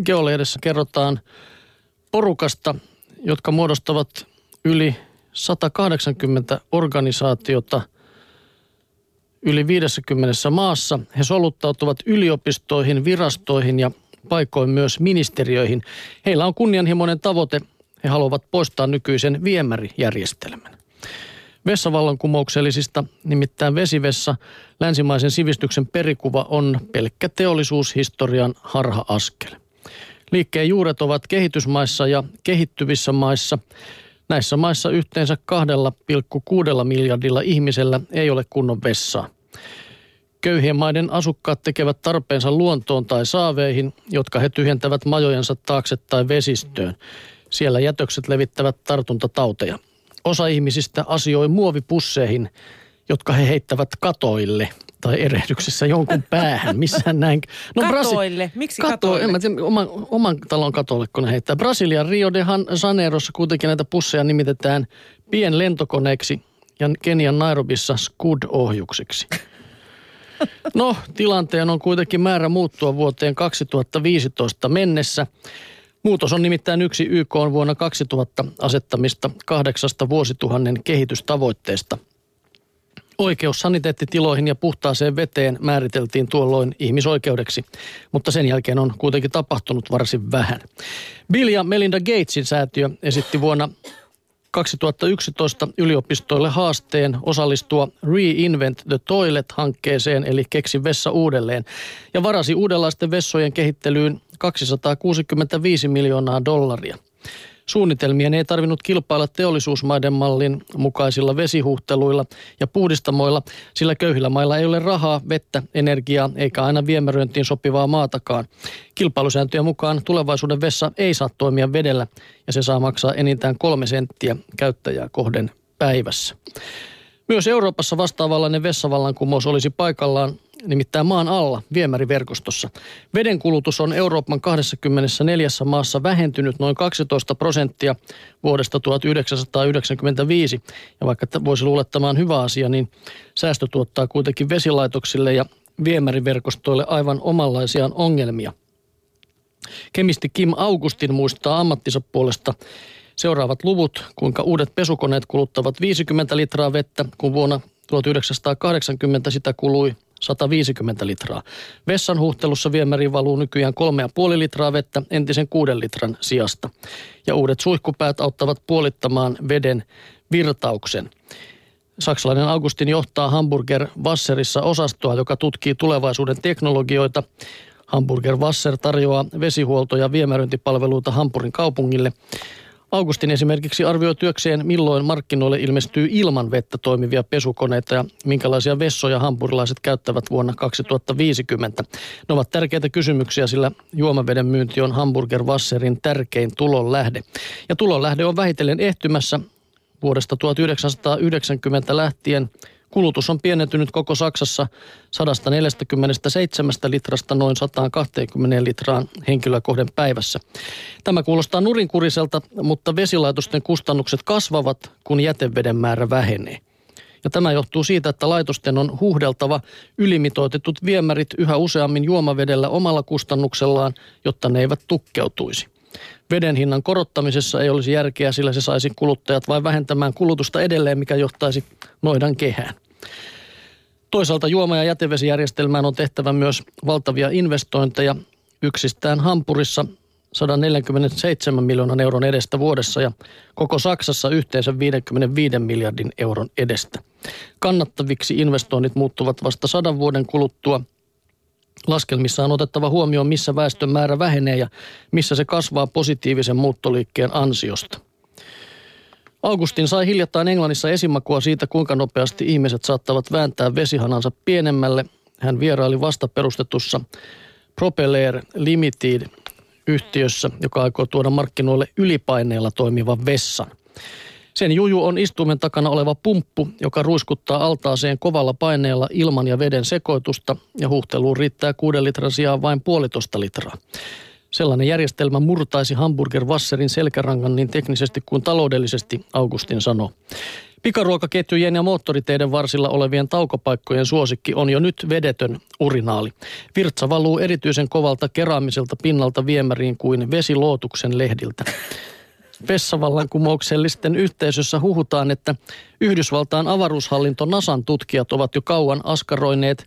Geolehdessä kerrotaan porukasta, jotka muodostavat yli 180 organisaatiota yli 50 maassa. He soluttautuvat yliopistoihin, virastoihin ja paikoin myös ministeriöihin. Heillä on kunnianhimoinen tavoite. He haluavat poistaa nykyisen viemärijärjestelmän. Vessavallankumouksellisista, nimittäin vesivessa, länsimaisen sivistyksen perikuva on pelkkä teollisuushistorian harha-askel. Liikkeen juuret ovat kehitysmaissa ja kehittyvissä maissa. Näissä maissa yhteensä 2,6 miljardilla ihmisellä ei ole kunnon vessaa. Köyhien maiden asukkaat tekevät tarpeensa luontoon tai saaveihin, jotka he tyhjentävät majojensa taakse tai vesistöön. Siellä jätökset levittävät tartuntatauteja. Osa ihmisistä asioi muovipusseihin, jotka he heittävät katoille tai erehdyksessä jonkun päähän. Missään näin. No, katoille? Miksi katoille? En mä tiedä, oman talon katolle, kun ne heittää. Brasilian Rio de Janeirossa kuitenkin näitä pusseja nimitetään pienlentokoneeksi ja Kenian Nairobissa Scud-ohjuksiksi. No, tilanteen on kuitenkin määrä muuttua vuoteen 2015 mennessä. Muutos on nimittäin yksi YK:n vuonna 2000 asettamista 8 vuosituhannen kehitystavoitteesta. Oikeus saniteettitiloihin ja puhtaaseen veteen määriteltiin tuolloin ihmisoikeudeksi, mutta sen jälkeen on kuitenkin tapahtunut varsin vähän. Bill ja Melinda Gatesin säätiö esitti vuonna 2011 yliopistoille haasteen osallistua Reinvent the Toilet-hankkeeseen, eli keksi vessa uudelleen, ja varasi uudenlaisten vessojen kehittelyyn $265 miljoonaa. Suunnitelmien ei tarvinnut kilpailla teollisuusmaiden mallin mukaisilla vesihuhteluilla ja puhdistamoilla, sillä köyhillä mailla ei ole rahaa, vettä, energiaa eikä aina viemäröintiin sopivaa maatakaan. Kilpailusääntöjen mukaan tulevaisuuden vessa ei saa toimia vedellä ja se saa maksaa enintään 3 senttiä käyttäjää kohden päivässä. Myös Euroopassa vastaavanlainen vessavallankumous olisi paikallaan, nimittäin maan alla viemäriverkostossa. Veden kulutus on Euroopan 24 maassa vähentynyt noin 12% vuodesta 1995. Ja vaikka voisi luulla, että tämä on hyvä asia, niin säästö tuottaa kuitenkin vesilaitoksille ja viemäriverkostoille aivan omanlaisiaan ongelmia. Kemisti Kim Augustin muistaa ammattinsa puolesta seuraavat luvut, kuinka uudet pesukoneet kuluttavat 50 litraa vettä, kun vuonna 1980 sitä kului 150 litraa. Vessan huuhtelussa viemäriin valuu nykyään 3,5 litraa vettä entisen 6 litran sijasta. Ja uudet suihkupäät auttavat puolittamaan veden virtauksen. Saksalainen Augustin johtaa Hamburger Wasserissa osastoa, joka tutkii tulevaisuuden teknologioita. Hamburger Wasser tarjoaa vesihuolto- ja viemäröintipalveluita Hampurin kaupungille. Augustin esimerkiksi arvioi työkseen, milloin markkinoille ilmestyy ilman vettä toimivia pesukoneita ja minkälaisia vessoja hampurilaiset käyttävät vuonna 2050. Ne ovat tärkeitä kysymyksiä, sillä juomaveden myynti on Hamburger Wasserin tärkein tulonlähde. Ja tulonlähde on vähitellen ehtymässä vuodesta 1990 lähtien. Kulutus on pienentynyt koko Saksassa 147 litrasta noin 120 litraan henkilöä kohden päivässä. Tämä kuulostaa nurinkuriselta, mutta vesilaitosten kustannukset kasvavat, kun jäteveden määrä vähenee. Ja tämä johtuu siitä, että laitosten on huuhdeltava ylimitoitetut viemärit yhä useammin juomavedellä omalla kustannuksellaan, jotta ne eivät tukkeutuisi. Veden hinnan korottamisessa ei olisi järkeä, sillä se saisi kuluttajat vain vähentämään kulutusta edelleen, mikä johtaisi noidan kehään. Toisaalta juoma- ja jätevesijärjestelmään on tehtävä myös valtavia investointeja. Yksistään Hampurissa 147 miljoonan euron edestä vuodessa ja koko Saksassa yhteensä 55 miljardin euron edestä. Kannattaviksi investoinnit muuttuvat vasta 100 vuoden kuluttua. Laskelmissa on otettava huomioon, missä väestön määrä vähenee ja missä se kasvaa positiivisen muuttoliikkeen ansiosta. Augustin sai hiljattain Englannissa esimakua siitä, kuinka nopeasti ihmiset saattavat vääntää vesihanansa pienemmälle. Hän vieraili vasta perustetussa Propeller Limited-yhtiössä, joka aikoo tuoda markkinoille ylipaineella toimivan vessan. Sen juju on istuimen takana oleva pumppu, joka ruiskuttaa altaaseen kovalla paineella ilman ja veden sekoitusta ja huuhteluun riittää 6 litran sijaan vain 1,5 litraa. Sellainen järjestelmä murtaisi Hamburger Wasserin selkärangan niin teknisesti kuin taloudellisesti, Augustin sanoo. Pikaruokaketjujen ja moottoriteiden varsilla olevien taukopaikkojen suosikki on jo nyt vedetön urinaali. Virtsa valuu erityisen kovalta keraamiselta pinnalta viemäriin kuin vesilootuksen lehdiltä. Vessavallankumouksellisten yhteisössä huhutaan, että Yhdysvaltain avaruushallinto NASAn tutkijat ovat jo kauan askaroineet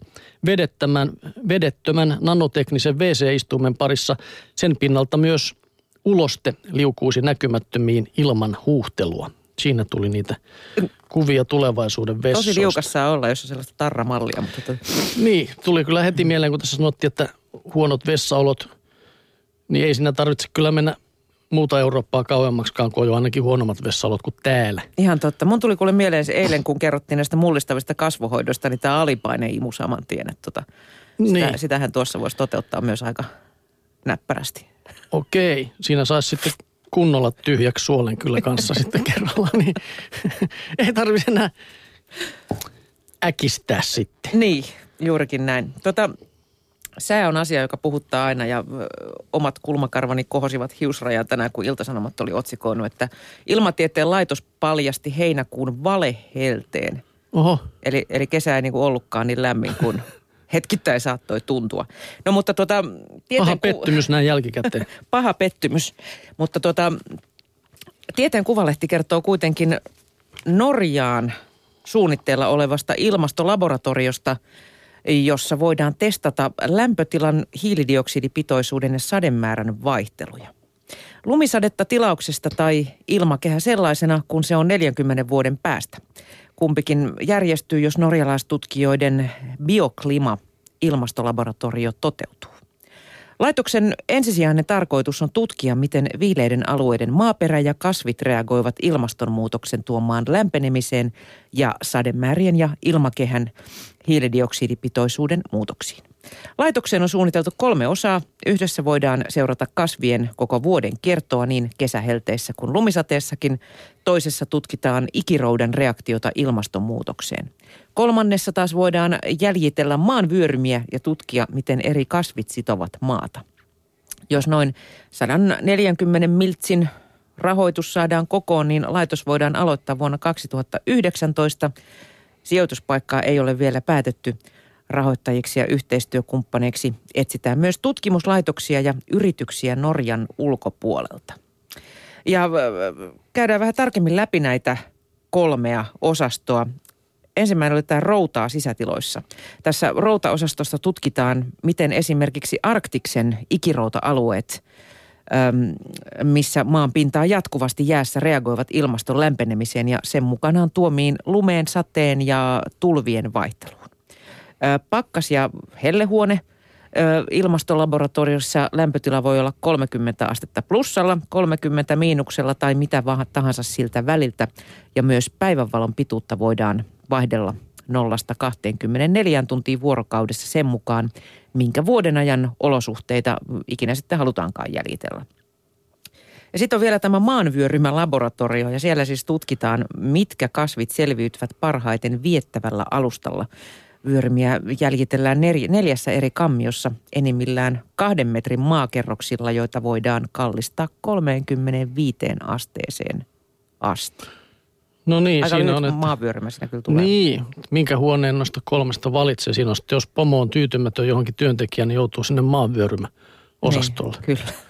vedettömän nanoteknisen WC-istuimen parissa. Sen pinnalta myös uloste liukuisi näkymättömiin ilman huuhtelua. Siinä tuli niitä kuvia tulevaisuuden vessoista. Tosi liukas saa olla, jos on sellaista tarramallia. Mutta Niin, tuli kyllä heti mieleen, kun tässä sanottiin, että huonot vessaolot, niin ei siinä tarvitse kyllä mennä muuta Eurooppaa kauemmaksikaan, kun on jo ainakin huonommat vessaolot kuin täällä. Ihan totta. Mun tuli kuule mieleen se eilen, kun kerrottiin näistä mullistavista kasvohoidoista, niin tämä alipaineimu saman tien. Että Niin. Sitähän tuossa voisi toteuttaa myös aika näppärästi. Okei, siinä saisi sitten kunnolla tyhjäksi suolen kyllä kanssa sitten kerralla, niin ei tarvitse enää äkistää sitten. Niin, juurikin näin. Sää on asia, joka puhuttaa aina ja omat kulmakarvani kohosivat hiusrajaan tänään, kun Ilta-Sanomat oli otsikoinut, että Ilmatieteen laitos paljasti heinäkuun valehelteen. Oho. Eli kesä ei niin kuin ollutkaan niin lämmin kuin hetkittäin saattoi tuntua. No mutta Paha pettymys näin jälkikäteen. Paha pettymys, mutta Tieteen Kuvalehti kertoo kuitenkin Norjaan suunnitteilla olevasta ilmastolaboratoriosta, jossa voidaan testata lämpötilan, hiilidioksidipitoisuuden ja sademäärän vaihteluja. Lumisadetta tilauksesta tai ilmakehä sellaisena, kun se on 40 vuoden päästä. Kumpikin järjestyy, jos norjalaistutkijoiden Bioklima-ilmastolaboratorio toteutuu. Laitoksen ensisijainen tarkoitus on tutkia, miten viileiden alueiden maaperä ja kasvit reagoivat ilmastonmuutoksen tuomaan lämpenemiseen ja sademäärien ja ilmakehän hiilidioksidipitoisuuden muutoksiin. Laitokseen on suunniteltu 3 osaa. Yhdessä voidaan seurata kasvien koko vuoden kiertoa niin kesähelteissä kuin lumisateessakin. Toisessa tutkitaan ikiroudan reaktiota ilmastonmuutokseen. 3. taas voidaan jäljitellä maan vyörymiä ja tutkia, miten eri kasvit sitovat maata. Jos noin 140 miltsin rahoitus saadaan kokoon, niin laitos voidaan aloittaa vuonna 2019. Sijoituspaikkaa ei ole vielä päätetty. Rahoittajiksi ja yhteistyökumppaneiksi etsitään myös tutkimuslaitoksia ja yrityksiä Norjan ulkopuolelta. Ja käydään vähän tarkemmin läpi näitä 3 osastoa. Ensimmäinen oli tämä routaa sisätiloissa. Tässä routaosastossa tutkitaan, miten esimerkiksi Arktiksen ikirouta-alueet, missä maan pintaa jatkuvasti jäässä reagoivat ilmaston lämpenemiseen ja sen mukanaan tuomiin lumeen, sateen ja tulvien vaihteluun. Pakkas- ja hellehuone. Ilmastolaboratoriossa lämpötila voi olla 30 astetta plussalla, 30 miinuksella tai mitä vaan tahansa siltä väliltä. Ja myös päivänvalon pituutta voidaan vaihdella 0-24 tuntia vuorokaudessa sen mukaan, minkä vuoden ajan olosuhteita ikinä sitten halutaankaan jäljitellä. Ja sitten on vielä tämä maanvyörymälaboratorio ja siellä siis tutkitaan, mitkä kasvit selviytyvät parhaiten viettävällä alustalla. Vyörymiä jäljitellään 4 eri kammiossa enimmillään 2 metrin maakerroksilla, joita voidaan kallistaa 35 asteeseen asti. No niin, aika siinä on, että maavyörymä siinä kyllä tulee. Niin, minkä huoneen noista 3 valitsee. Siinä on sitten, jos pomo on tyytymätön johonkin työntekijään, niin joutuu sinne maanvyörymä osastolle. Niin, kyllä.